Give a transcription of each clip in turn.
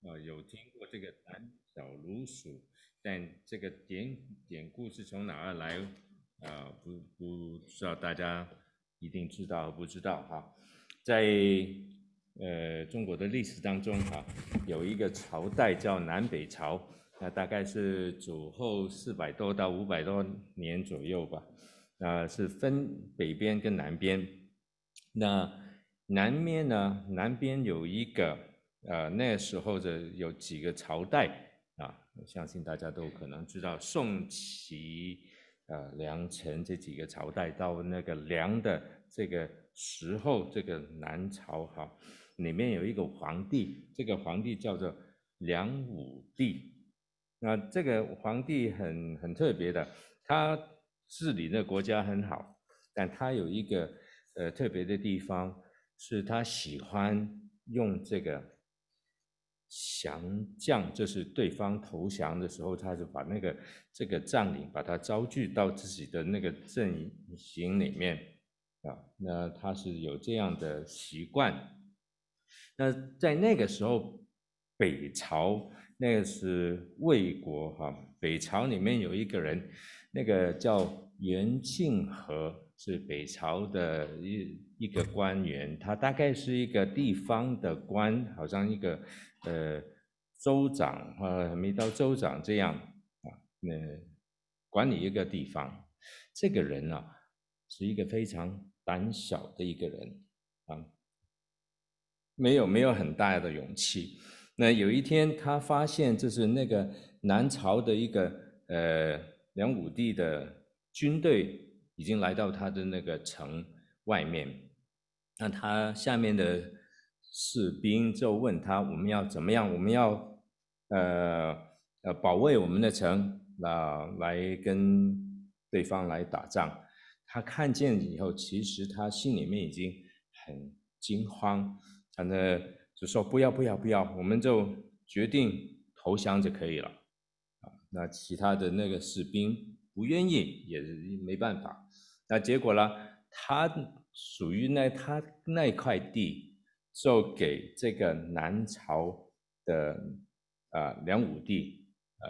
有听过这个胆小如鼠，但这个典故是从哪儿来？不知道大家一定知道不知道哈？在中国的历史当中哈，有一个朝代叫南北朝，那大概是主后400多到500多年左右吧。是分北边跟南边。那南边有一个那时候有几个朝代我相信大家都可能知道宋齐梁陈这几个朝代，到那个梁的这个时候，这个南朝里面有一个皇帝，这个皇帝叫做梁武帝。那这个皇帝很特别的，他治理的国家很好，但他有一个特别的地方，是他喜欢用这个降将，就是对方投降的时候，他就把这个将领把他招聚到自己的那个阵营里面那他是有这样的习惯。那在那个时候，北朝那个是魏国北朝里面有一个人，那个叫袁庆和，是北朝的一个官员，他大概是一个地方的官，好像一个州长还没到州长这样管理一个地方。这个人是一个非常胆小的一个人没有很大的勇气。那有一天，他发现就是那个南朝的一个梁武帝的军队已经来到他的那个城外面，那他下面的士兵就问他：我们要怎么样？我们要保卫我们的城来跟对方来打仗。他看见以后，其实他心里面已经很惊慌。他呢就说不要，我们就决定投降就可以了那其他的那个士兵不愿意，也没办法。那结果呢，他属于他那块地，就给这个南朝的梁武帝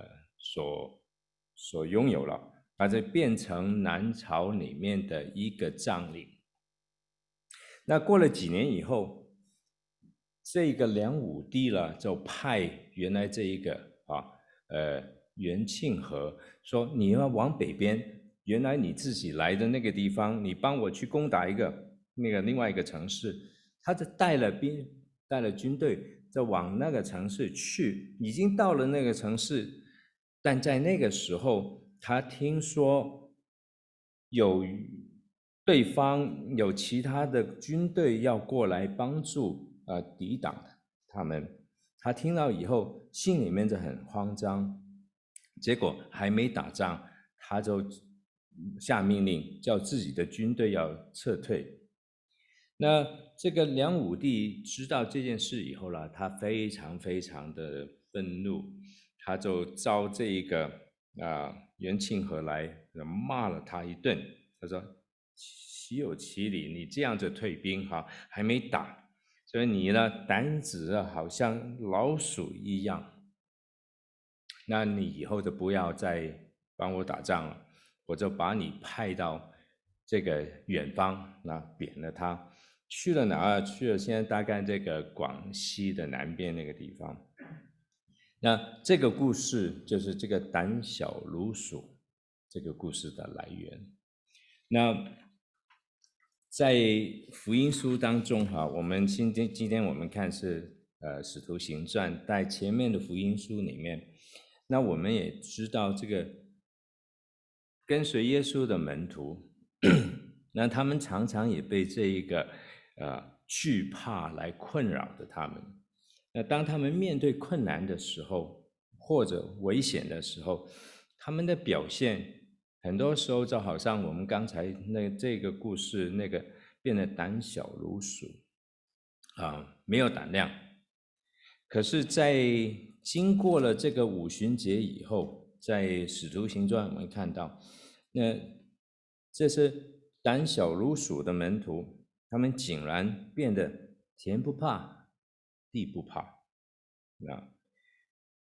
所拥有了，他就变成南朝里面的一个将领。那过了几年以后，这个梁武帝了，就派原来这一个袁庆和说：“你要往北边，原来你自己来的那个地方，你帮我去攻打另外一个城市。”他就带了军队，就往那个城市去，已经到了那个城市，但在那个时候，他听说有对方有其他的军队要过来帮助抵挡他们，他听到以后心里面就很慌张，结果还没打仗，他就下命令叫自己的军队要撤退。那这个梁武帝知道这件事以后呢，他非常非常的愤怒，他就召这一个袁庆和来骂了他一顿。他说：“岂有其理！你这样子退兵还没打，所以你呢胆子好像老鼠一样。那你以后就不要再帮我打仗了，我就把你派到这个远方，那贬了他。去了哪儿？去了现在大概这个广西的南边那个地方。那这个故事就是这个胆小如鼠这个故事的来源。那在福音书当中我们今天我们看是使徒行传，在前面的福音书里面，那我们也知道这个跟随耶稣的门徒那他们常常也被这一个惧怕来困扰着他们。那当他们面对困难的时候，或者危险的时候，他们的表现很多时候就好像我们刚才这个故事那个变得胆小如鼠没有胆量。可是在经过了这个五旬节以后，在使徒行传我们看到，那这是胆小如鼠的门徒，他们竟然变得天不怕地不怕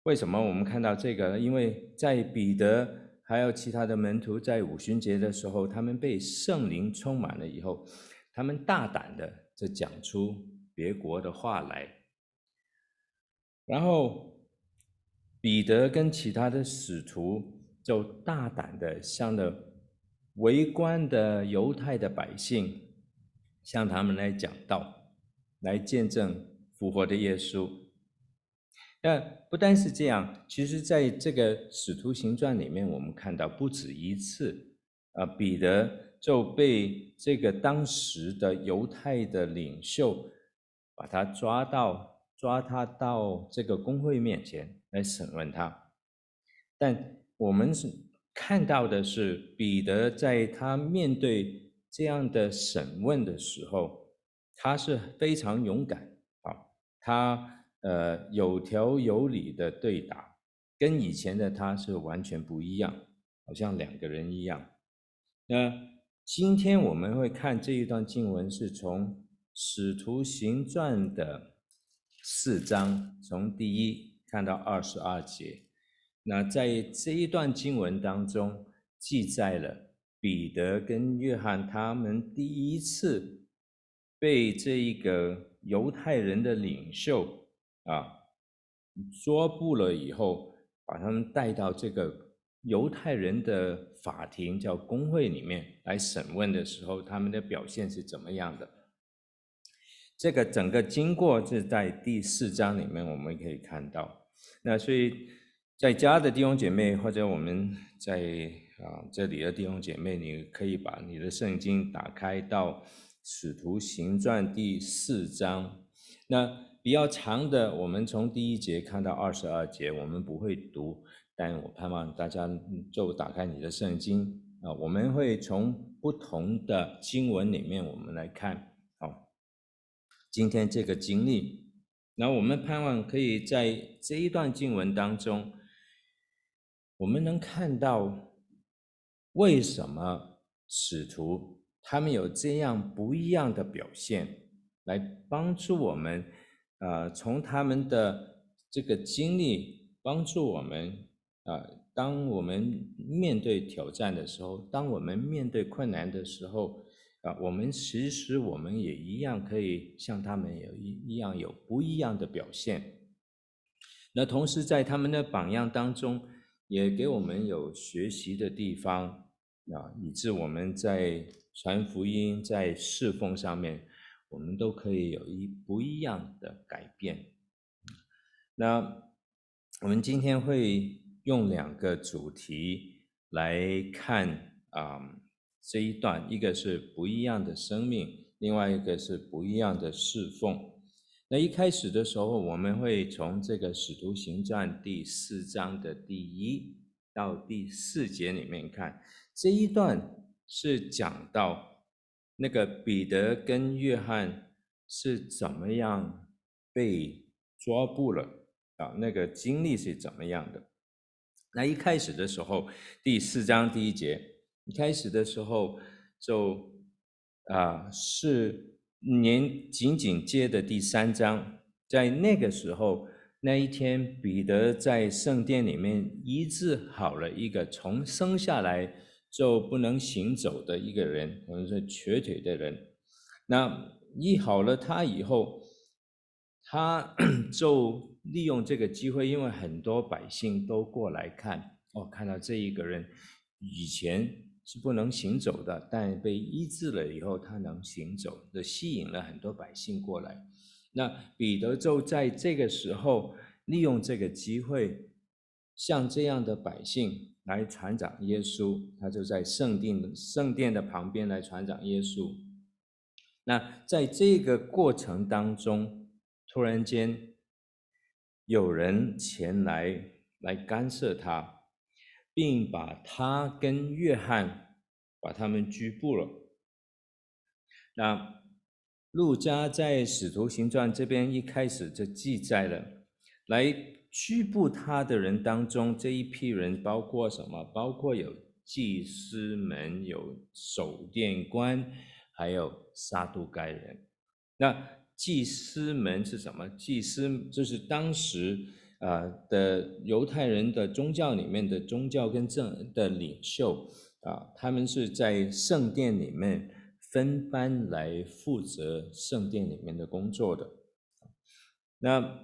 为什么我们看到这个呢？因为在彼得还有其他的门徒在五旬节的时候，他们被圣灵充满了以后，他们大胆的就讲出别国的话来。然后彼得跟其他的使徒就大胆的向了围观的犹太的百姓，向他们来讲道，来见证复活的耶稣。那不单是这样，其实在这个使徒行传里面，我们看到不止一次，彼得就被这个当时的犹太的领袖把他抓他到这个公会面前来审问他。但我们是看到的是，彼得在他面对这样的审问的时候，他是非常勇敢啊，他有条有理的对答，跟以前的他是完全不一样，好像两个人一样。那今天我们会看这一段经文，是从《使徒行传》的4章，从第1看到22节。那在这一段经文当中，记载了彼得跟约翰他们第一次被这一个犹太人的领袖捉捕了以后，把他们带到这个犹太人的法庭，叫公会里面来审问的时候，他们的表现是怎么样的？这个整个经过是在第4章里面我们可以看到。那所以在家的弟兄姐妹，或者我们在这里的弟兄姐妹，你可以把你的圣经打开到使徒行传第4章。那比较长的，我们从第1节看到22节，我们不会读，但我盼望大家就打开你的圣经我们会从不同的经文里面我们来看今天这个经历，然后我们盼望可以在这一段经文当中，我们能看到为什么使徒他们有这样不一样的表现，来帮助我们从他们的这个经历帮助我们当我们面对挑战的时候，当我们面对困难的时候我们其实我们也一样可以像他们一样有不一样的表现。那同时在他们的榜样当中，也给我们有学习的地方以致我们在传福音、在侍奉上面，我们都可以有不一样的改变。那我们今天会用2个主题来看这一段，一个是不一样的生命，另外一个是不一样的侍奉。那一开始的时候，我们会从这个使徒行传第4章的第1到第4节里面看，这一段是讲到那个彼得跟约翰是怎么样被抓捕了那个经历是怎么样的。那一开始的时候，第4章第1节，一开始的时候就是紧紧接的第3章，在那个时候，那一天彼得在圣殿里面医治好了一个从生下来就不能行走的一个人，可能是瘸腿的人。那医好了他以后，他就利用这个机会，因为很多百姓都过来看看到这一个人以前是不能行走的，但被医治了以后他能行走，就吸引了很多百姓过来。那彼得就在这个时候利用这个机会，向这样的百姓来传讲耶稣，他就在圣殿的旁边来传讲耶稣。那在这个过程当中，突然间有人前来干涉他，并把他跟约翰把他们拘捕了。那路加在使徒行传这边一开始就记载了，来拘捕他的人当中，这一批人包括什么？包括有祭司们，有守殿官，还有撒都该人。那祭司们是什么？祭司就是当时的犹太人的宗教里面的宗教跟政的领袖他们是在圣殿里面分班来负责圣殿里面的工作的。那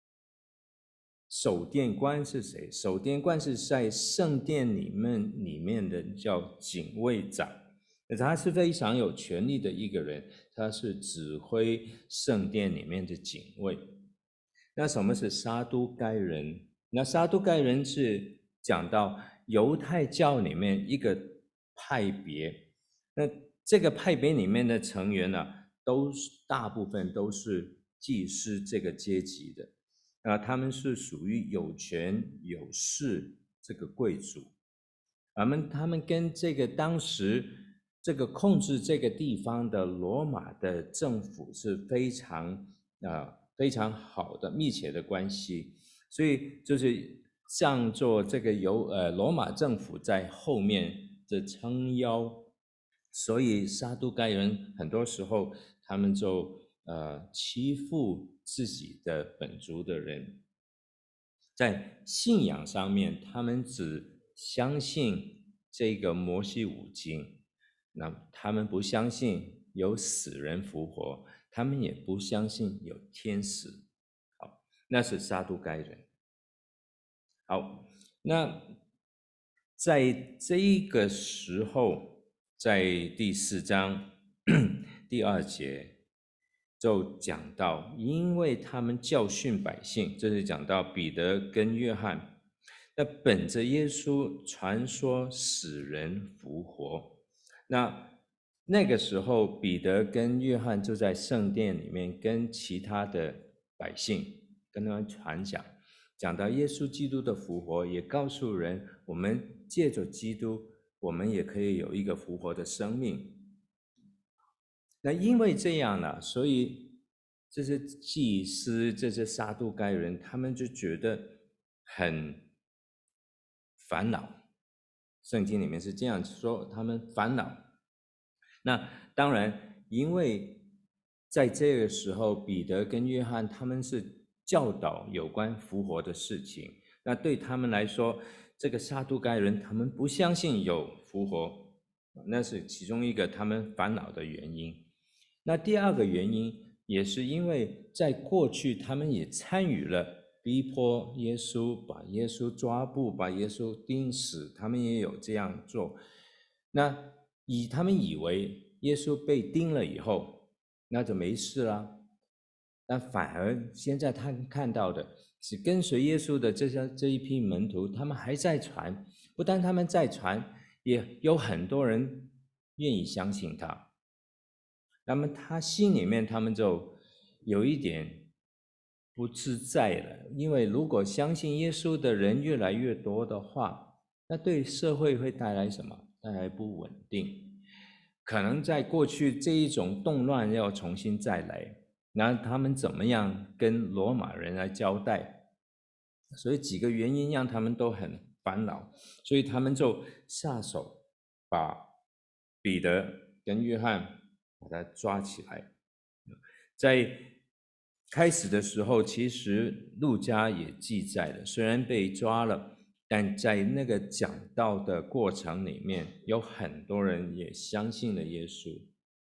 守殿官是谁？守殿官是在圣殿里面的叫警卫长，他是非常有权力的一个人，他是指挥圣殿里面的警卫。那什么是撒都该人？那撒都该人是讲到犹太教里面一个派别，那这个派别里面的成员大部分都是祭司这个阶级的。他们是属于有权有势这个贵族，他们跟这个当时这个控制这个地方的罗马的政府是非常好的密切的关系，所以就是像做这个罗马政府在后面的撑腰，所以撒都该人很多时候他们就欺负自己的本族的人，在信仰上面他们只相信这个摩西五经，那他们不相信有死人复活，他们也不相信有天使。好，那是撒都该人。好，那在这一个时候，在第4章第2节就讲到，因为他们教训百姓，这是讲到彼得跟约翰，那本着耶稣传说死人复活，那个时候彼得跟约翰就在圣殿里面跟其他的百姓跟他们传讲到耶稣基督的复活，也告诉人我们借着基督我们也可以有一个复活的生命。那因为这样呢，所以这些祭司这些撒都该人他们就觉得很烦恼，圣经里面是这样说，他们烦恼。那当然因为在这个时候彼得跟约翰他们是教导有关复活的事情，那对他们来说，这个撒都该人他们不相信有复活，那是其中一个他们烦恼的原因。那第二个原因也是因为在过去他们也参与了逼迫耶稣，把耶稣抓捕，把耶稣钉死，他们也有这样做。那他们以为耶稣被钉了以后那就没事了，那反而现在他看到的是跟随耶稣的这一批门徒，他们还在传，不但他们在传，也有很多人愿意相信他。那么他心里面他们就有一点不自在了，因为如果相信耶稣的人越来越多的话，那对社会会带来什么？带来不稳定，可能在过去这一种动乱要重新再来，那他们怎么样跟罗马人来交代？所以几个原因让他们都很烦恼，所以他们就下手把彼得跟约翰把他抓起来。在开始的时候，其实路加也记载了，虽然被抓了，但在那个讲道的过程里面，有很多人也相信了耶稣。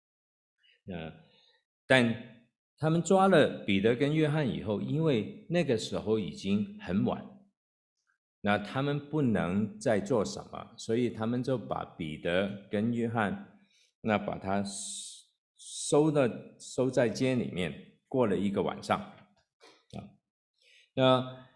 但他们抓了彼得跟约翰以后，因为那个时候已经很晚，那他们不能再做什么，所以他们就把彼得跟约翰把他收在监里面，过了一个晚上。那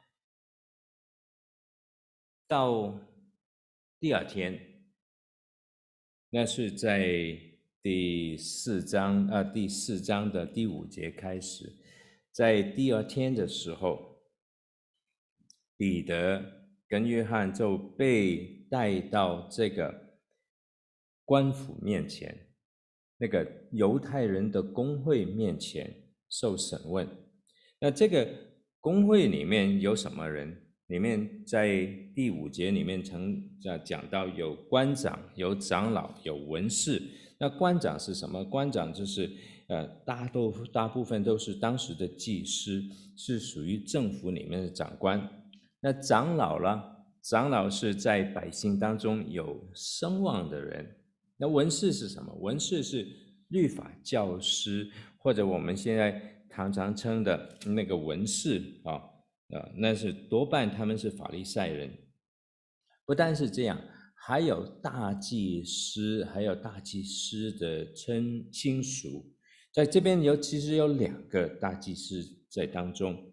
到第二天，那是在第4章的第5节开始，在第二天的时候，彼得跟约翰就被带到这个官府面前，那个犹太人的公会面前受审问。那这个公会里面有什么人？里面在第5节里面讲到有官长、有长老、有文士。那官长是什么？官长就是大部分都是当时的祭司，是属于政府里面的长官。那长老呢？长老是在百姓当中有声望的人。那文士是什么？文士是律法教师，或者我们现在常常称的那个文士啊，那是多半他们是法利赛人。不但是这样，还有大祭司，还有大祭司的亲属。在这边其实有2个大祭司在当中，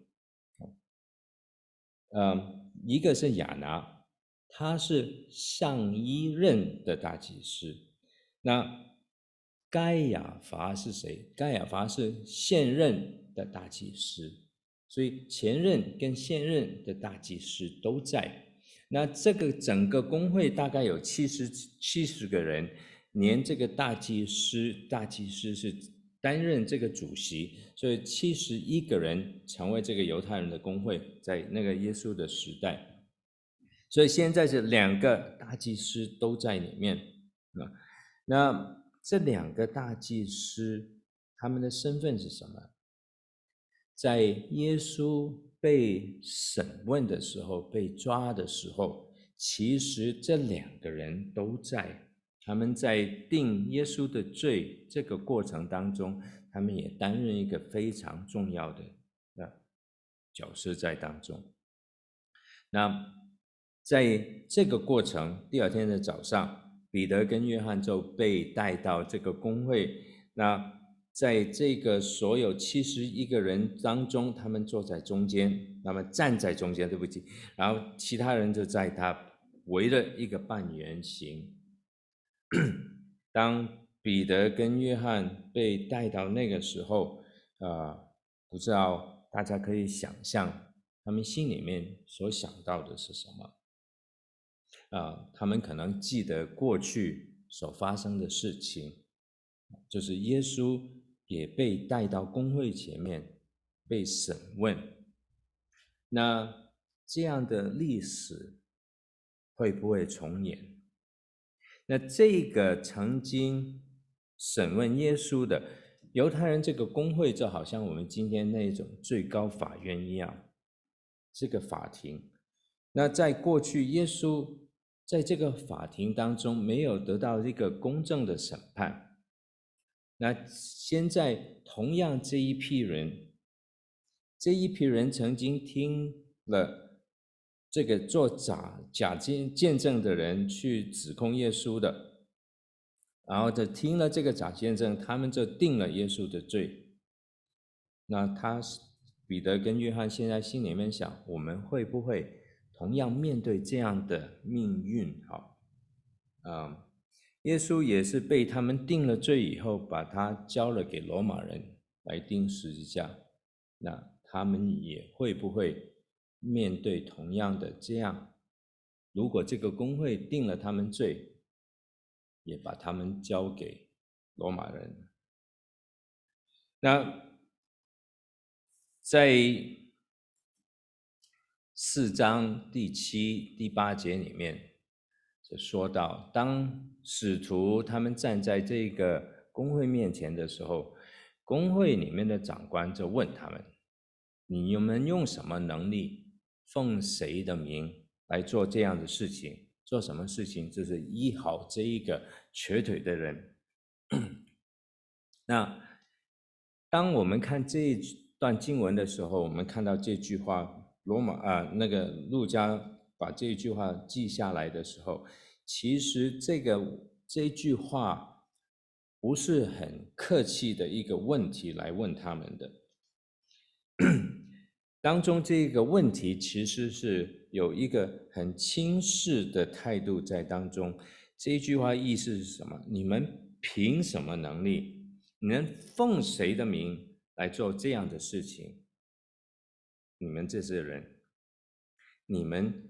一个是亚拿，他是上一任的大祭司。那该亚法是谁？该亚法是现任的大祭司，所以前任跟现任的大祭司都在。那这个整个公会大概有70个人，连这个大祭司是担任这个主席，所以71个人成为这个犹太人的公会，在那个耶稣的时代。所以现在是2个大祭司都在里面。那这2个大祭司他们的身份是什么？在耶稣被审问的时候，被抓的时候，其实这2个人都在。他们在定耶稣的罪这个过程当中，他们也担任一个非常重要的角色在当中。那在这个过程，第2天的早上，彼得跟约翰就被带到这个公会。那在这个所有71个人当中，他们坐在中间，那么站在中间，对不起，然后其他人就在他围了一个半圆形。当彼得跟约翰被带到那个时候，不知道大家可以想象他们心里面所想到的是什么？他们可能记得过去所发生的事情，就是耶稣也被带到公会前面被审问。那这样的历史会不会重演？那这个曾经审问耶稣的犹太人这个公会，就好像我们今天那种最高法院一样，这个法庭。那在过去耶稣在这个法庭当中没有得到一个公正的审判，那现在同样这一批人曾经听了这个做假见证的人去指控耶稣的，然后就听了这个假见证，他们就定了耶稣的罪。那彼得跟约翰现在心里面想，我们会不会同样面对这样的命运？耶稣也是被他们定了罪以后，把他交了给罗马人来钉十字架。那他们也会不会面对同样的这样？如果这个公会定了他们罪，也把他们交给罗马人。那在4章第7、第8节里面就说到，当使徒他们站在这个公会面前的时候，公会里面的长官就问他们：你们用什么能力，奉谁的名来做这样的事情？做什么事情？就是医好这一个瘸腿的人。那当我们看这一段经文的时候，我们看到这句话，那个路加把这句话记下来的时候，其实这句话不是很客气的一个问题来问他们的。当中这个问题其实是有一个很轻视的态度在当中。这一句话意思是什么？你们凭什么能力？你能奉谁的名来做这样的事情？你们这些人，你们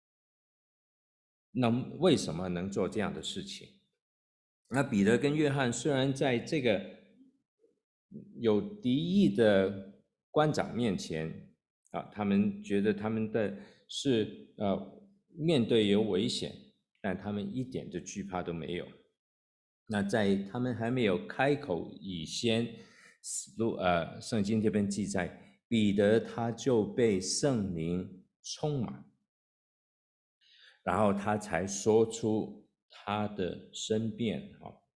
为什么能做这样的事情？那彼得跟约翰虽然在这个有敌意的官长面前他们觉得他们的是面对有危险，但他们一点的惧怕都没有。 那在他们还没有开口以前，圣经这边记载，彼得他就被圣灵充满，然后他才说出他的申辩。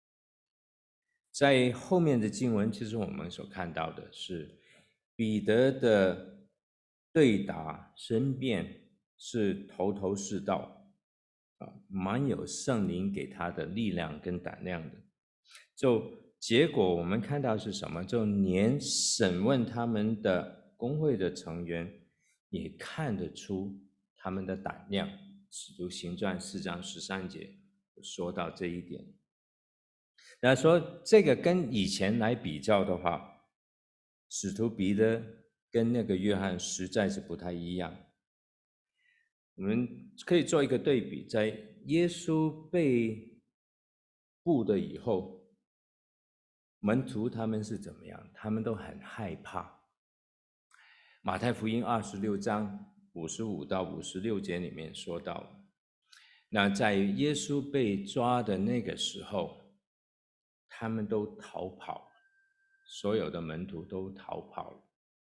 在后面的经文，其实我们所看到的是彼得的对答申辩是头头是道，蛮有圣灵给他的力量跟胆量的。就结果我们看到是什么？就连审问他们的公会的成员也看得出他们的胆量。使徒行传4章13节说到这一点。那说这个跟以前来比较的话，使徒彼得跟那个约翰实在是不太一样。我们可以做一个对比，在耶稣被捕的以后，门徒他们是怎么样？他们都很害怕。马太福音26章55到56节里面说到，那在耶稣被抓的那个时候，他们都逃跑，所有的门徒都逃跑了。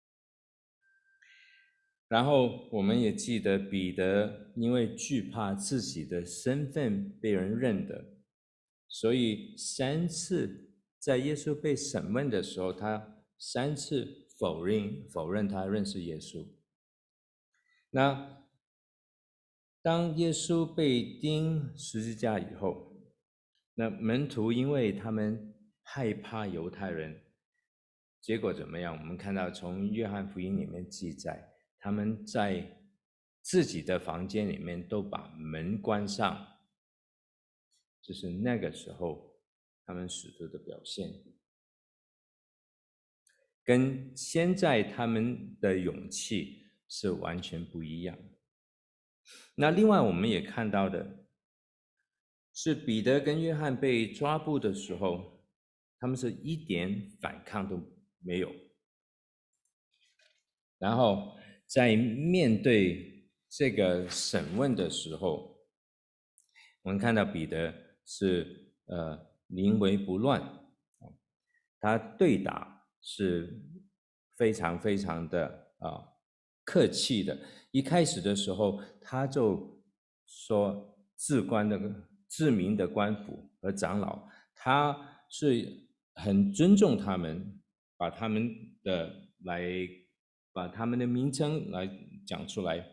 然后我们也记得彼得因为惧怕自己的身份被人认得，所以3次在耶稣被审问的时候，他3次否认他认识耶稣。那当耶稣被钉十字架以后，那门徒因为他们害怕犹太人，结果怎么样？我们看到从约翰福音里面记载，他们在自己的房间里面都把门关上，就是那个时候他们使徒的表现，跟现在他们的勇气是完全不一样。那另外我们也看到的是，彼得跟约翰被抓捕的时候，他们是一点反抗都没有。然后在面对这个审问的时候，我们看到彼得是临危不乱，他对答是非常非常的客气的。一开始的时候，他就说治民的官府和长老，他是很尊重他们，把他们的名称来讲出来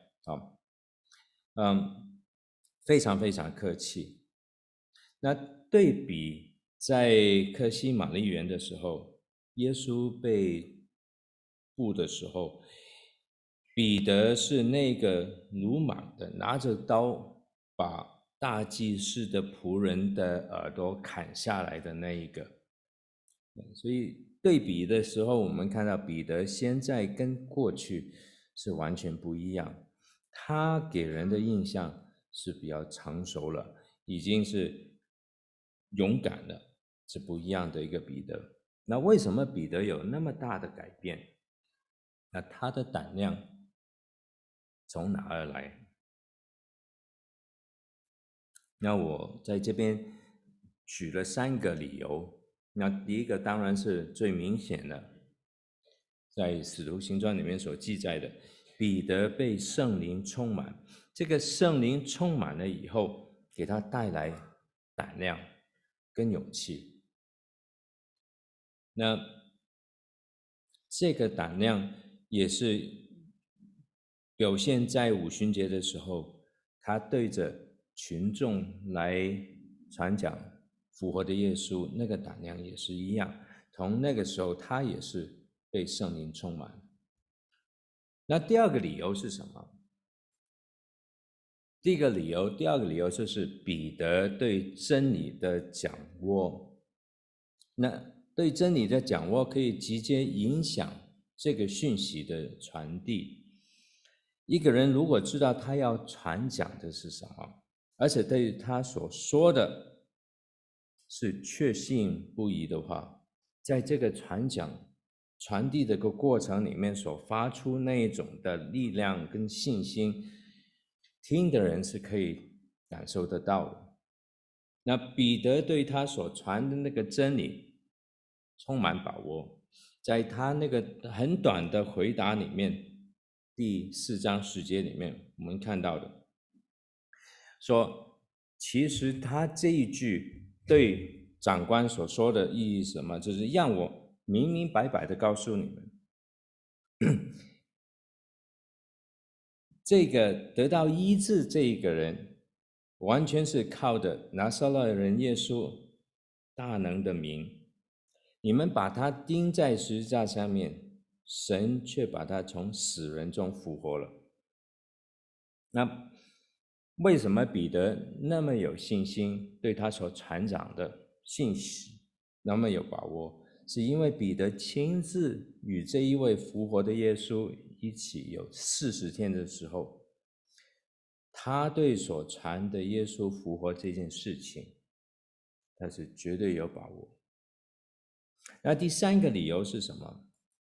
非常非常客气。那对比在客西马尼园的时候，耶稣被捕的时候，彼得是那个鲁莽的，拿着刀把大祭司的仆人的耳朵砍下来的那一个。所以对比的时候，我们看到彼得现在跟过去是完全不一样，他给人的印象是比较成熟了，已经是勇敢了，是不一样的一个彼得。那为什么彼得有那么大的改变？那他的胆量从哪而来？那我在这边举了3个理由。那第一个当然是最明显的，在《使徒行传》里面所记载的，彼得被圣灵充满。这个圣灵充满了以后，给他带来胆量跟勇气。那这个胆量也是表现在五旬节的时候，他对着群众来传讲复活的耶稣，那个胆量也是一样。从那个时候，他也是被圣灵充满。那第二个理由是什么？第二个理由就是彼得对真理的掌握。那对真理的掌握可以直接影响这个讯息的传递。一个人如果知道他要传讲的是什么，而且对于他所说的是确信不疑的话，在这个传递的个过程里面所发出那一种的力量跟信心，听的人是可以感受得到的。 那彼得对他所传的那个真理充满把握，在他那个很短的回答里面，第4章10节里面我们看到的，说其实他这一句对长官所说的意义是什么？就是让我明明白白的告诉你们，这个得到医治这一个人，完全是靠的拿撒勒人耶稣大能的名。你们把他钉在十字架上面，神却把他从死人中复活了。那为什么彼得那么有信心，对他所传讲的信息那么有把握？是因为彼得亲自与这一位复活的耶稣一起有40天的时候，他对所传的耶稣复活这件事情，他是绝对有把握。那第3个理由是什么？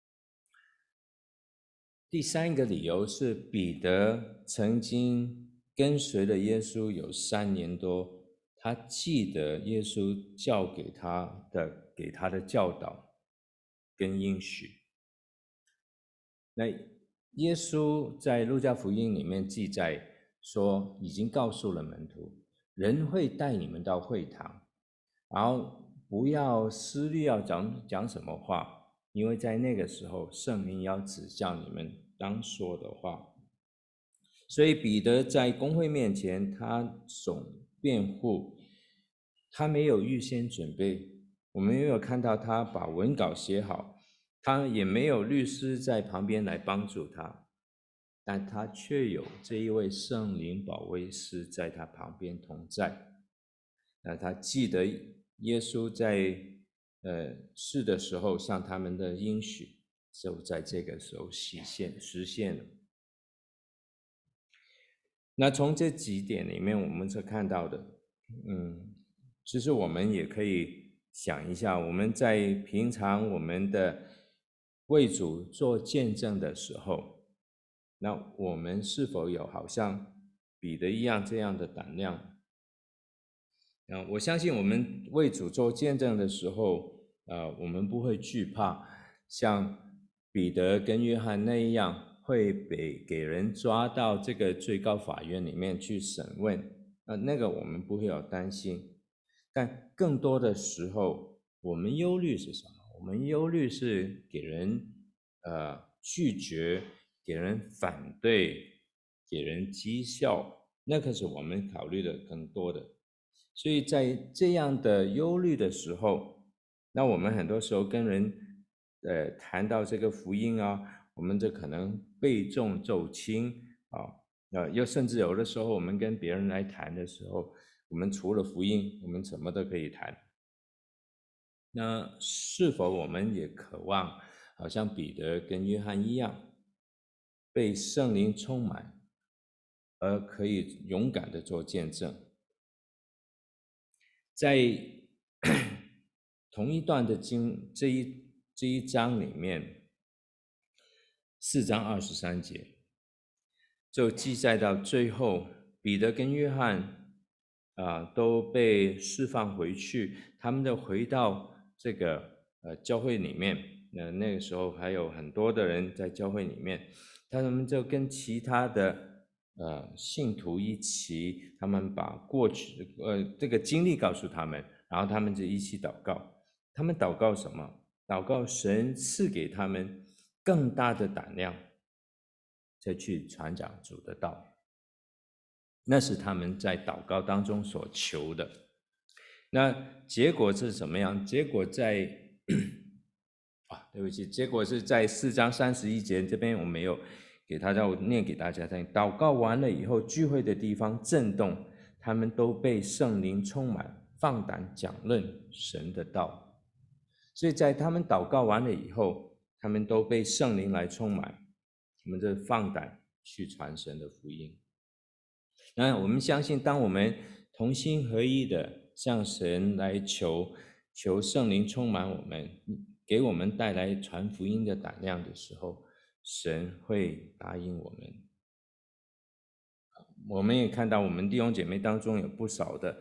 第3个理由是彼得曾经跟随了耶稣有3年多，他记得耶稣给他的教导跟应许。那耶稣在路加福音里面记载说，已经告诉了门徒，人会带你们到会堂，然后不要思虑要讲什么话，因为在那个时候圣灵要指教你们当说的话。所以彼得在公会面前，他总辩护，他没有预先准备，我们没有看到他把文稿写好，他也没有律师在旁边来帮助他，但他却有这一位圣灵保惠师在他旁边同在。那他记得耶稣在世的时候向他们的应许，就在这个时候实现了。那从这几点里面，我们是看到的，其实我们也可以想一下，我们在平常我们的为主做见证的时候，那我们是否有好像彼得一样这样的胆量？我相信我们为主做见证的时候，我们不会惧怕，像彼得跟约翰那样会给人抓到这个最高法院里面去审问，那个我们不会有担心。但更多的时候，我们忧虑是什么？我们忧虑是给人拒绝，给人反对，给人讥笑，那可是我们考虑的更多的。所以在这样的忧虑的时候，那我们很多时候跟人谈到这个福音啊，我们这可能避重就轻啊，又甚至有的时候我们跟别人来谈的时候，我们除了福音，我们什么都可以谈。那是否我们也渴望好像彼得跟约翰一样，被圣灵充满，而可以勇敢的做见证？在同一段的这一章里面，4章23节就记载到最后，彼得跟约翰都被释放回去，他们都回到这个教会里面。那个时候还有很多的人在教会里面，他们就跟其他的信徒一起，他们把过去这个经历告诉他们，然后他们就一起祷告。他们祷告什么？祷告神赐给他们更大的胆量，再去传讲主的道。那是他们在祷告当中所求的。那结果是怎么样？结果在对不起，结果是在4章31节这边我没有给大家，我念给大家听。祷告完了以后，聚会的地方震动，他们都被圣灵充满，放胆讲论神的道。所以在他们祷告完了以后，他们都被圣灵来充满，他们就放胆去传神的福音。那我们相信，当我们同心合一的向神来求圣灵充满我们，给我们带来传福音的胆量的时候，神会答应我们。我们也看到我们弟兄姐妹当中有不少的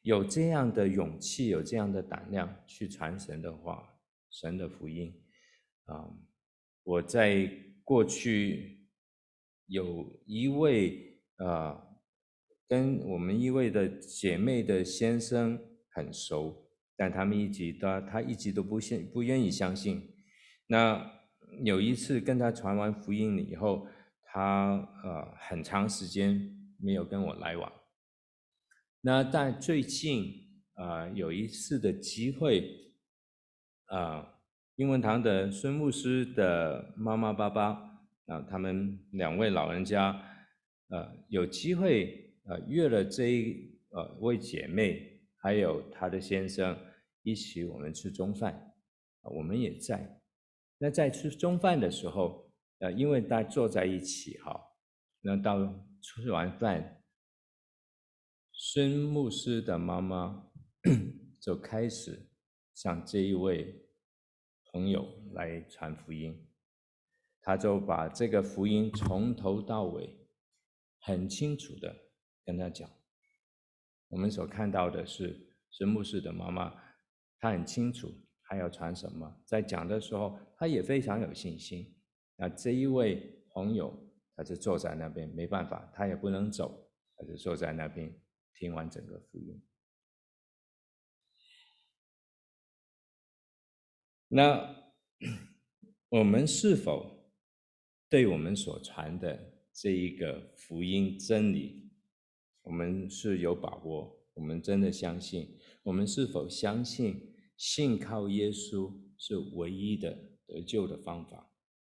有这样的勇气，有这样的胆量去传神的话，神的福音。我在过去有一位跟我们一位的姐妹的先生很熟，但他一直都不愿意相信。那有一次跟他传完福音了以后，他很长时间没有跟我来往。那在最近有一次的机会，英文堂的孙牧师的妈妈爸爸他们2位老人家有机会约了这一位姐妹还有她的先生一起我们吃中饭，我们也在。那在吃中饭的时候因为大家坐在一起那到吃完饭，孙牧师的妈妈就开始向这一位朋友来传福音，他就把这个福音从头到尾很清楚的跟他讲。我们所看到的是孙牧师的妈妈，她很清楚她要传什么，在讲的时候她也非常有信心。那这一位朋友他就坐在那边，没办法，他也不能走，他就坐在那边听完整个福音。那我们是否对我们所传的这一个福音真理，我们是有把握，我们真的相信，我们是否相信信靠耶稣是唯一的得救的方法？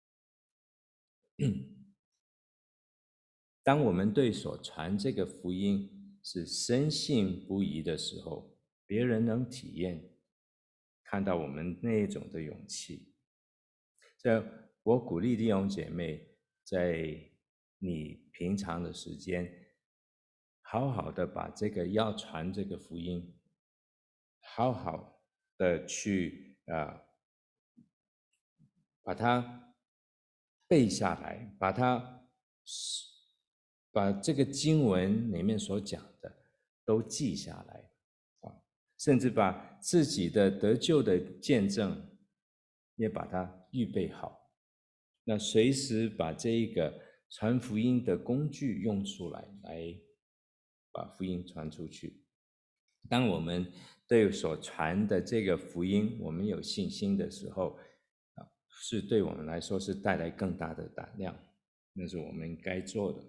当我们对所传这个福音是深信不疑的时候，别人能体验看到我们那一种的勇气。所以我鼓励弟兄姐妹，在你平常的时间，好好的把这个要传这个福音，好好的去把它背下来，把这个经文里面所讲的都记下来甚至把自己的得救的见证也把它预备好，那随时把这一个传福音的工具用出来，把福音传出去。当我们对所传的这个福音我们有信心的时候是对我们来说是带来更大的胆量，那是我们该做的。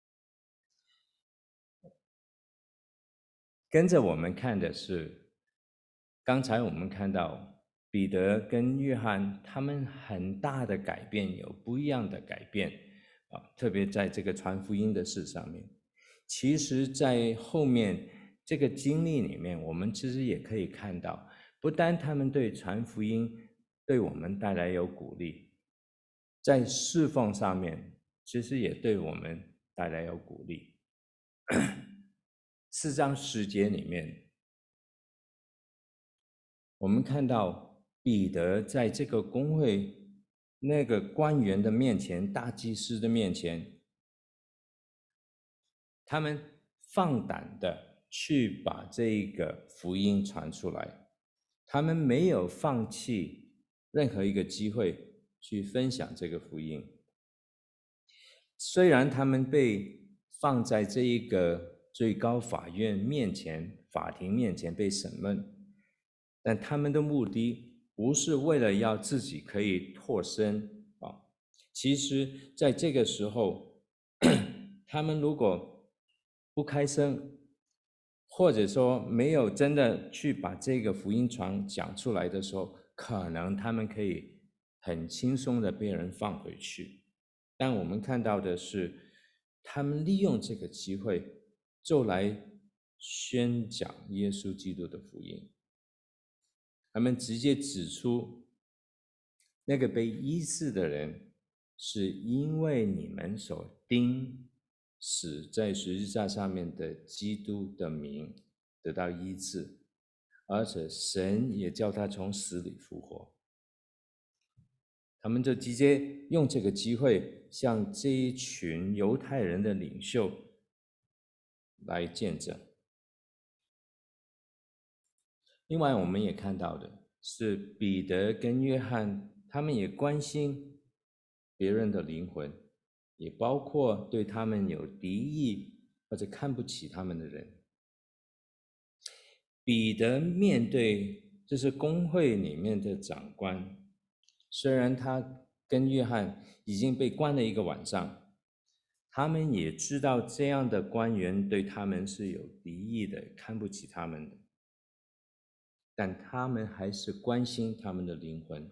跟着我们看的是，刚才我们看到彼得跟约翰他们很大的改变，有不一样的改变特别在这个传福音的事上面。其实在后面这个经历里面，我们其实也可以看到，不单他们对传福音对我们带来有鼓励，在侍奉上面其实也对我们带来有鼓励。4章10节里面，我们看到彼得在这个公会那个官员的面前，大祭司的面前，他们放胆的去把这个福音传出来，他们没有放弃任何一个机会去分享这个福音。虽然他们被放在这一个最高法院面前，法庭面前被审问，但他们的目的不是为了要自己可以脱身其实在这个时候他们如果不开声，或者说没有真的去把这个福音传讲出来的时候，可能他们可以很轻松的被人放回去。但我们看到的是，他们利用这个机会就来宣讲耶稣基督的福音。他们直接指出，那个被医治的人是因为你们所钉死在十字架上面的基督的名得到医治，而且神也叫他从死里复活。他们就直接用这个机会向这一群犹太人的领袖来见证。 另外，我们也看到的是彼得跟约翰，他们也关心别人的灵魂，也包括对他们有敌意或者看不起他们的人。彼得面对这是公会里面的长官，虽然他跟约翰已经被关了一个晚上，他们也知道这样的官员对他们是有敌意的，看不起他们的，但他们还是关心他们的灵魂。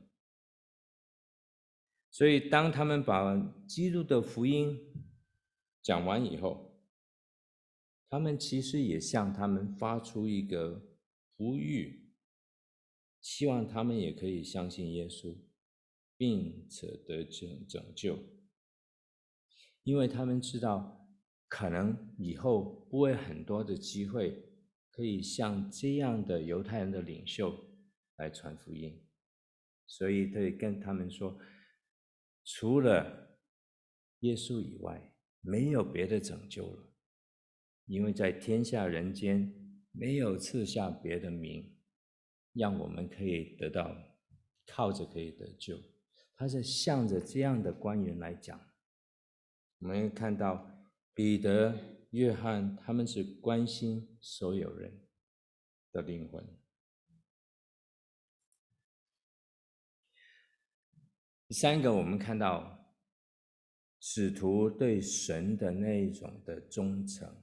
所以当他们把基督的福音讲完以后，他们其实也向他们发出一个呼吁，希望他们也可以相信耶稣，并且得拯救，因为他们知道可能以后不会很多的机会可以像这样的犹太人的领袖来传福音，所以他跟他们说，除了耶稣以外，没有别的拯救了，因为在天下人间没有赐下别的名，让我们可以得到，靠着可以得救。他是向着这样的官员来讲。我们看到彼得、约翰他们是关心所有人的灵魂。第三个，我们看到使徒对神的那一种的忠诚。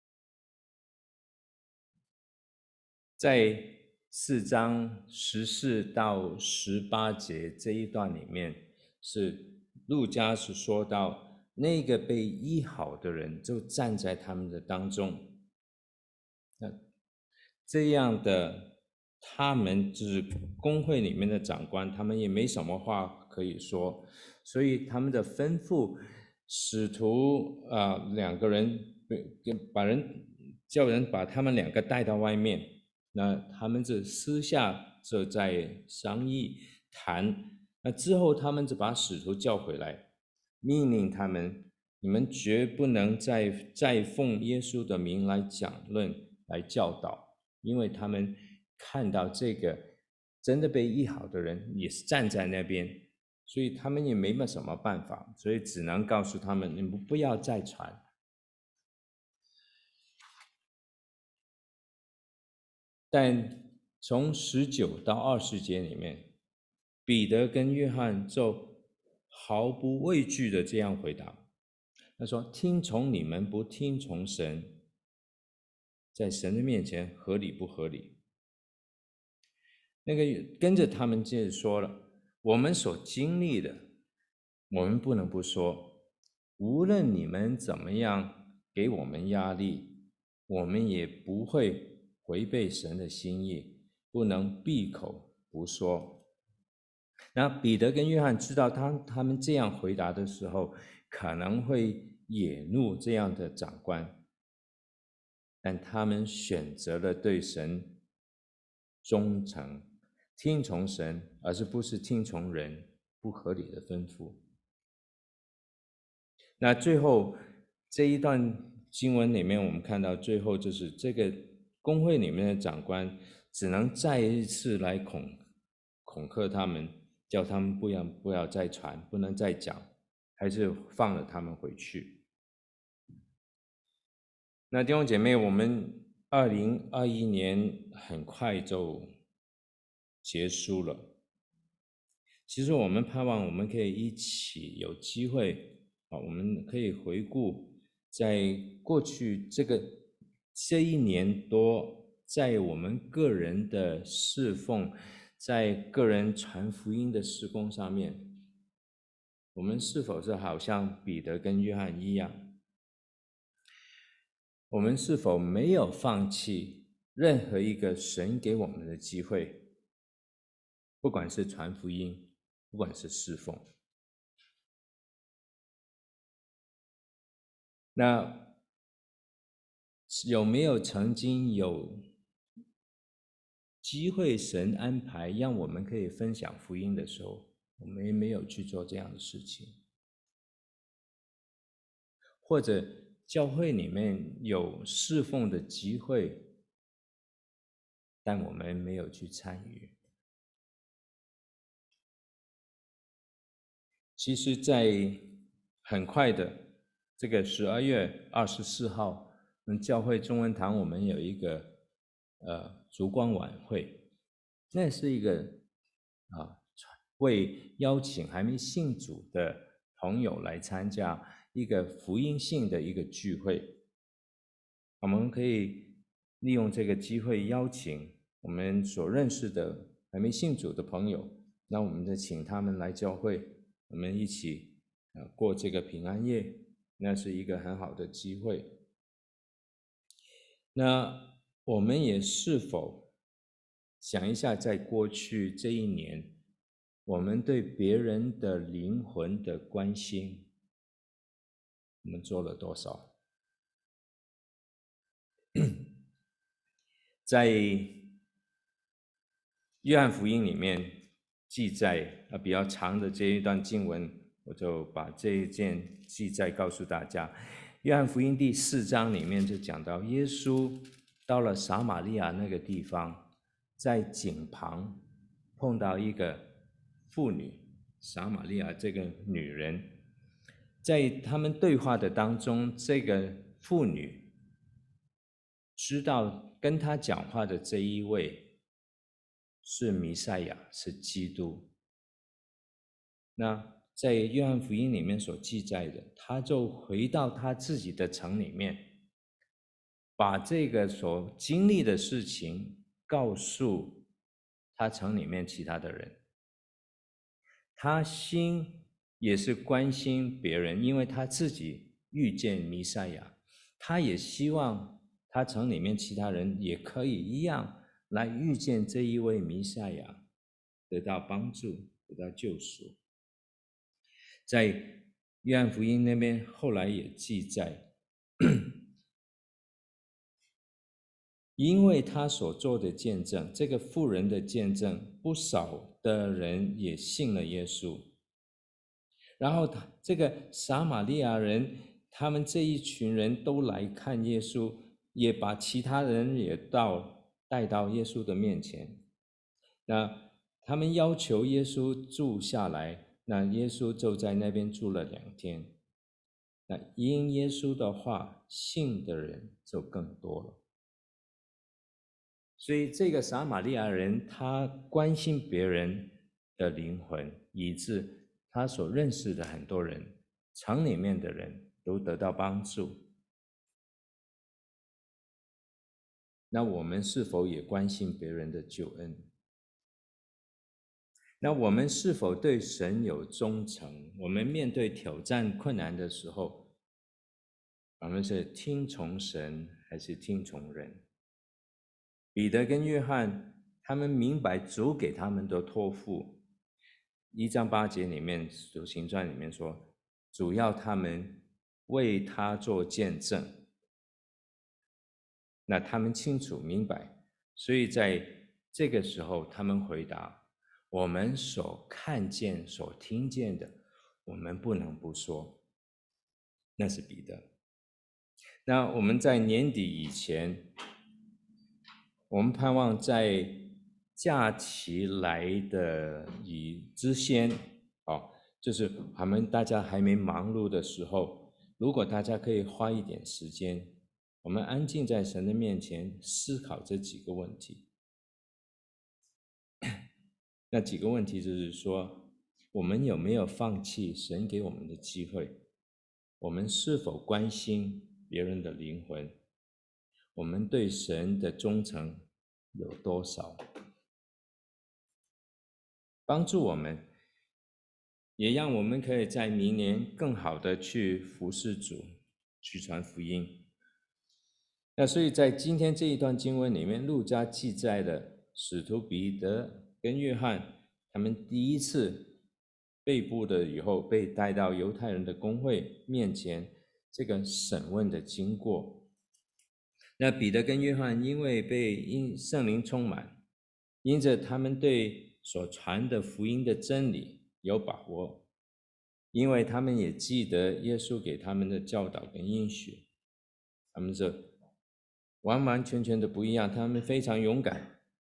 在4章14到18节这一段里面，是路加是说到那个被医好的人就站在他们的当中，那这样的他们就是公会里面的长官，他们也没什么话可以说，所以他们的吩咐使徒2个人叫人把他们2个带到外面，那他们就私下就在商议谈，那之后他们就把使徒叫回来，命令他们，你们绝不能再奉耶稣的名来讲论来教导，因为他们看到这个真的被医好的人也是站在那边，所以他们也没什么办法，所以只能告诉他们，你们不要再传。但从19到20节里面，彼得跟约翰就毫不畏惧的这样回答，他说，听从你们不听从神，在神的面前合理不合理？那个跟着他们接着说了，我们所经历的，我们不能不说，无论你们怎么样给我们压力，我们也不会违背神的心意，不能闭口不说。那彼得跟约翰知道他们这样回答的时候，可能会惹怒这样的长官，但他们选择了对神忠诚，听从神，而是不是听从人不合理的吩咐。那最后这一段经文里面，我们看到最后就是这个公会里面的长官只能再一次来恐吓他们，叫他们不要再传，不能再讲，还是放了他们回去。那弟兄姐妹，我们2021年很快就结束了。其实我们盼望我们可以一起有机会我们可以回顾在过去这1年多，在我们个人的侍奉，在个人传福音的事工上面，我们是否是好像彼得跟约翰一样，我们是否没有放弃任何一个神给我们的机会，不管是传福音，不管是侍奉。那有没有曾经有机会神安排让我们可以分享福音的时候，我们也没有去做这样的事情？或者教会里面有侍奉的机会， 但我们没有去参与。其实在很快的这个12月24号，教会中文堂我们有一个烛光晚会，那是一个为邀请还没信主的朋友来参加一个福音性的一个聚会。我们可以利用这个机会邀请我们所认识的还没信主的朋友，那我们就请他们来教会，我们一起过这个平安夜，那是一个很好的机会。那我们也是否想一下，在过去这一年，我们对别人的灵魂的关心，我们做了多少？在约翰福音里面记载比较长的这一段经文，我就把这一件记载告诉大家。约翰福音第4章里面就讲到，耶稣到了撒玛利亚那个地方，在井旁碰到一个妇女，撒玛利亚这个女人，在他们对话的当中，这个妇女知道跟他讲话的这一位是弥赛亚，是基督。那在约翰福音里面所记载的，他就回到他自己的城里面，把这个所经历的事情告诉他城里面其他的人。他心也是关心别人，因为他自己遇见弥赛亚，他也希望他城里面其他人也可以一样来遇见这一位弥赛亚，得到帮助，得到救赎。在约翰福音那边后来也记载，因为他所做的见证，这个妇人的见证，不少的人也信了耶稣。然后这个撒玛利亚人，他们这一群人都来看耶稣，也把其他人也带到耶稣的面前。那他们要求耶稣住下来，那耶稣就在那边住了2天。那因耶稣的话，信的人就更多了。所以这个撒玛利亚人，他关心别人的灵魂，以致他所认识的很多人，城里面的人都得到帮助。那我们是否也关心别人的救恩？那我们是否对神有忠诚？我们面对挑战困难的时候，我们是听从神还是听从人？彼得跟约翰他们明白主给他们的托付，1章8节里面《使徒行传》里面说，主要他们为他做见证。那他们清楚明白，所以在这个时候他们回答，我们所看见所听见的，我们不能不说。那是彼得。那我们在年底以前，我们盼望在假期来的之前，就是大家还没忙碌的时候，如果大家可以花一点时间，我们安静在神的面前思考这几个问题。那几个问题就是说，我们有没有放弃神给我们的机会？我们是否关心别人的灵魂？我们对神的忠诚有多少？帮助我们，也让我们可以在明年更好的去服侍主，去传福音。那所以在今天这一段经文里面，路加记载的使徒彼得跟约翰，他们第一次被捕的以后，被带到犹太人的公会面前，这个审问的经过。那彼得跟约翰因为被圣灵充满，因着他们对所传的福音的真理有把握，因为他们也记得耶稣给他们的教导跟应许，他们这完完全全的不一样，他们非常勇敢，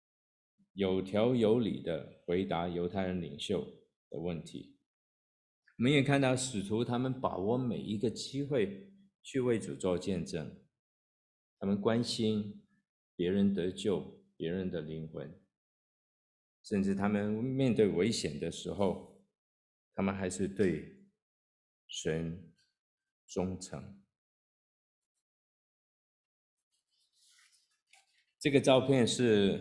有条有理的回答犹太人领袖的问题。我们也看到使徒他们把握每一个机会去为主做见证，他们关心别人得救，别人的灵魂，甚至他们面对危险的时候，他们还是对神忠诚。这个照片是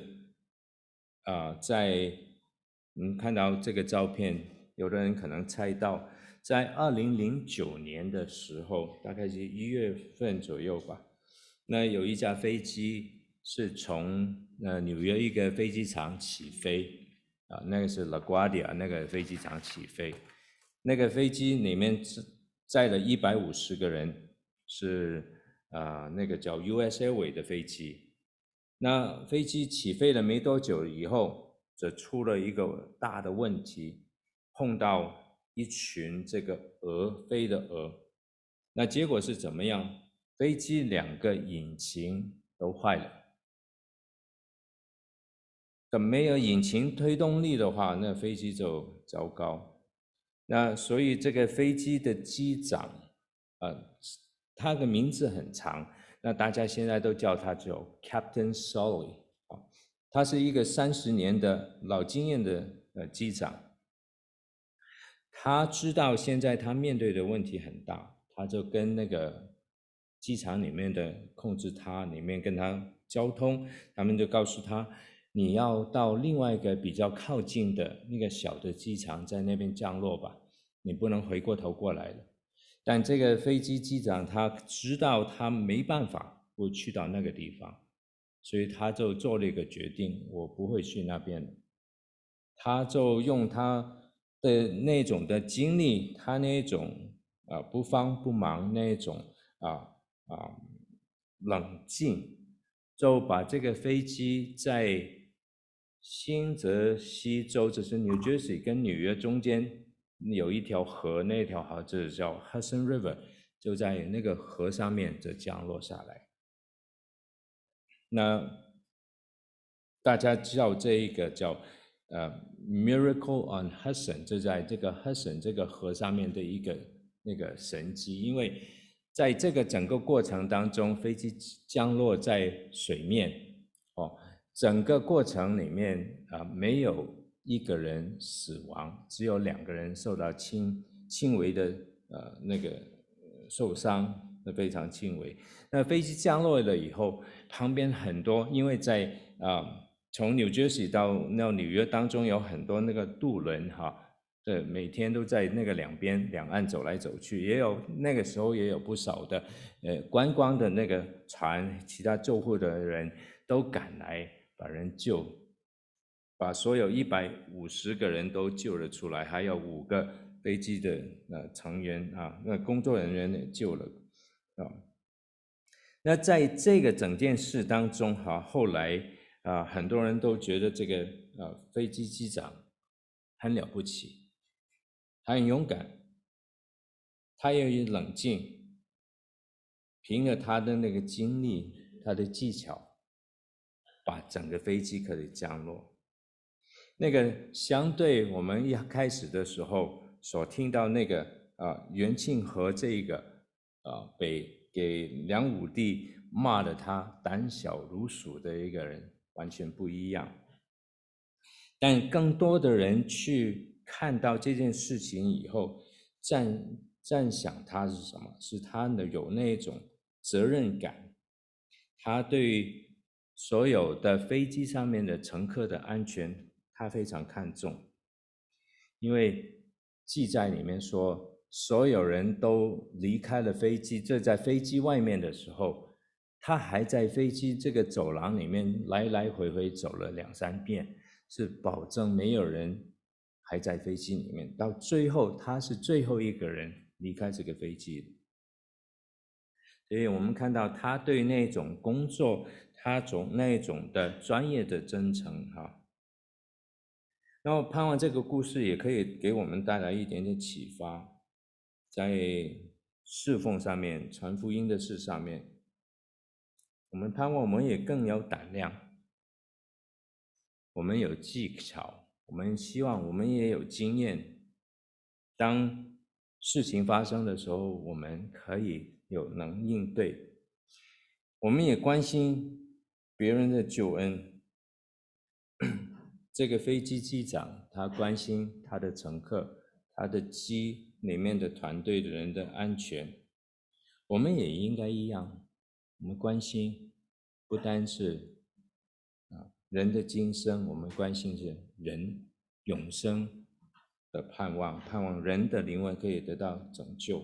在看到这个照片，有的人可能猜到，在2009年的时候，大概是1月份左右吧，那有一架飞机是从纽约一个飞机场起飞，那个是 LaGuardia 那个飞机场起飞，那个飞机里面载了150个人，是那个叫 US Airways 的飞机。那飞机起飞了没多久以后，则出了一个大的问题，碰到一群这个飞的蛾，那结果是怎么样？飞机2个引擎都坏了。没有引擎推动力的话，那飞机就糟糕。那所以这个飞机的机长，他的名字很长，那大家现在都叫他叫 Captain Sully 啊，他是一个30年的老经验的机长。他知道现在他面对的问题很大，他就跟那个机场里面的控制塔里面跟他交通，他们就告诉他，你要到另外一个比较靠近的那个小的机场，在那边降落吧，你不能回过头过来了。但这个飞机机长他知道他没办法会去到那个地方，所以他就做了一个决定，我不会去那边。他就用他的那种的经历，他那种不慌不忙那种冷静，就把这个飞机在新泽西州，就是 New Jersey 跟纽约中间有一条河，那条河就是叫 Hudson River， 就在那个河上面就降落下来。那大家叫这一个叫Miracle on Hudson， 就在这个 Hudson 这个河上面的一个那个神迹，因为在这个整个过程当中，飞机降落在水面，整个过程里面没有一个人死亡，只有2个人受到轻微的那个受伤，非常轻微。那飞机降落了以后，旁边很多，因为在从 New Jersey 到纽约当中有很多那个渡轮对，每天都在那个两岸走来走去，也有那个时候也有不少的观光的那个船，其他救护的人都赶来把人救，把所有150个人都救了出来，还有5个飞机的成员那工作人员也救了那在这个整件事当中后来很多人都觉得这个飞机机长很了不起，他很勇敢，他也冷静，凭着他的那个经历，他的技巧，把整个飞机可以降落。那个相对我们一开始的时候所听到那个袁庆和这一个给梁武帝骂的他胆小如鼠的一个人完全不一样，但更多的人去看到这件事情以后，赞赏他是什么？是他有那种责任感，他对所有的飞机上面的乘客的安全，他非常看重，因为记载里面说，所有人都离开了飞机，这在飞机外面的时候，他还在飞机这个走廊里面来来回回走了2、3遍，是保证没有人还在飞机里面，到最后他是最后一个人离开这个飞机的。所以我们看到他对那种工作，他那种的专业的真诚然后盼望这个故事也可以给我们带来一点点启发，在侍奉上面，传福音的事上面，我们盼望我们也更有胆量， 我们有技巧，我们希望我们也有经验。当事情发生的时候，我们可以有能应对。我们也关心别人的救恩。这个飞机机长他关心他的乘客，他的机里面的团队的人的安全。我们也应该一样，我们关心不单是人的今生，我们关心是人永生的盼望，盼望人的灵魂可以得到拯救。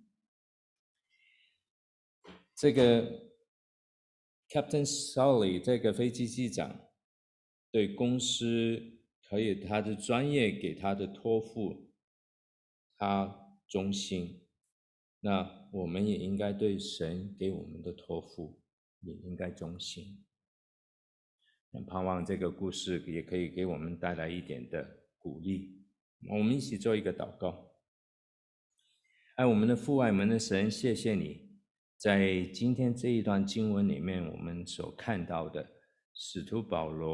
这个 Captain Sully 这个飞机机长对公司可以他的专业给他的托付，他忠心。那我们也应该对神给我们的托付也应该忠心。盼望这个故事也可以给我们带来一点的鼓励。我们一起做一个祷告。爱我们的父，爱我们的神，谢谢你在今天这一段经文里面我们所看到的使徒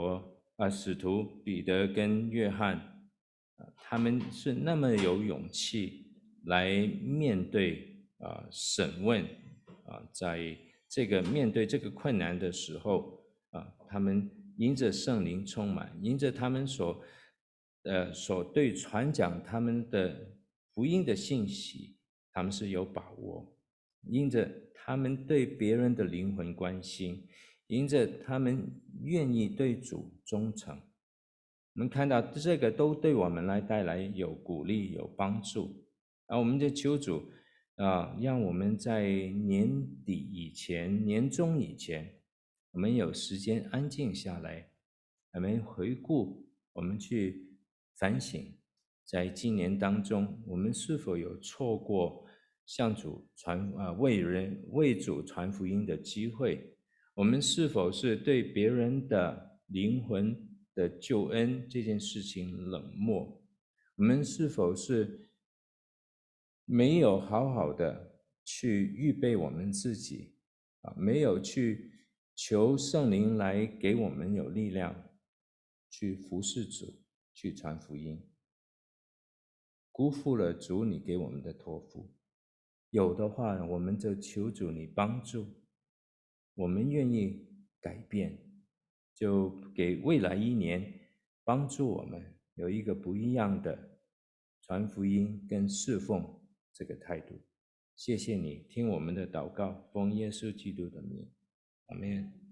彼得跟约翰，他们是那么有勇气来面对审问在这个面对这个困难的时候他们因着圣灵充满，因着他们所对传讲他们的福音的信息，他们是有把握，因着他们对别人的灵魂关心，因着他们愿意对主忠诚。我们看到这个都对我们来带来有鼓励有帮助。我们就求主让我们在年底以前年终以前，我们有时间安静下来，我们回顾，我们去反省，在今年当中我们是否有错过向主为主传福音的机会，我们是否是对别人的灵魂的救恩这件事情冷漠，我们是否是没有好好的去预备我们自己没有去求圣灵来给我们有力量去服侍主，去传福音，辜负了主你给我们的托付。有的话，我们就求主你帮助，我们愿意改变，就给未来一年帮助我们有一个不一样的传福音跟侍奉这个态度。谢谢你听我们的祷告，奉耶稣基督的名，阿们。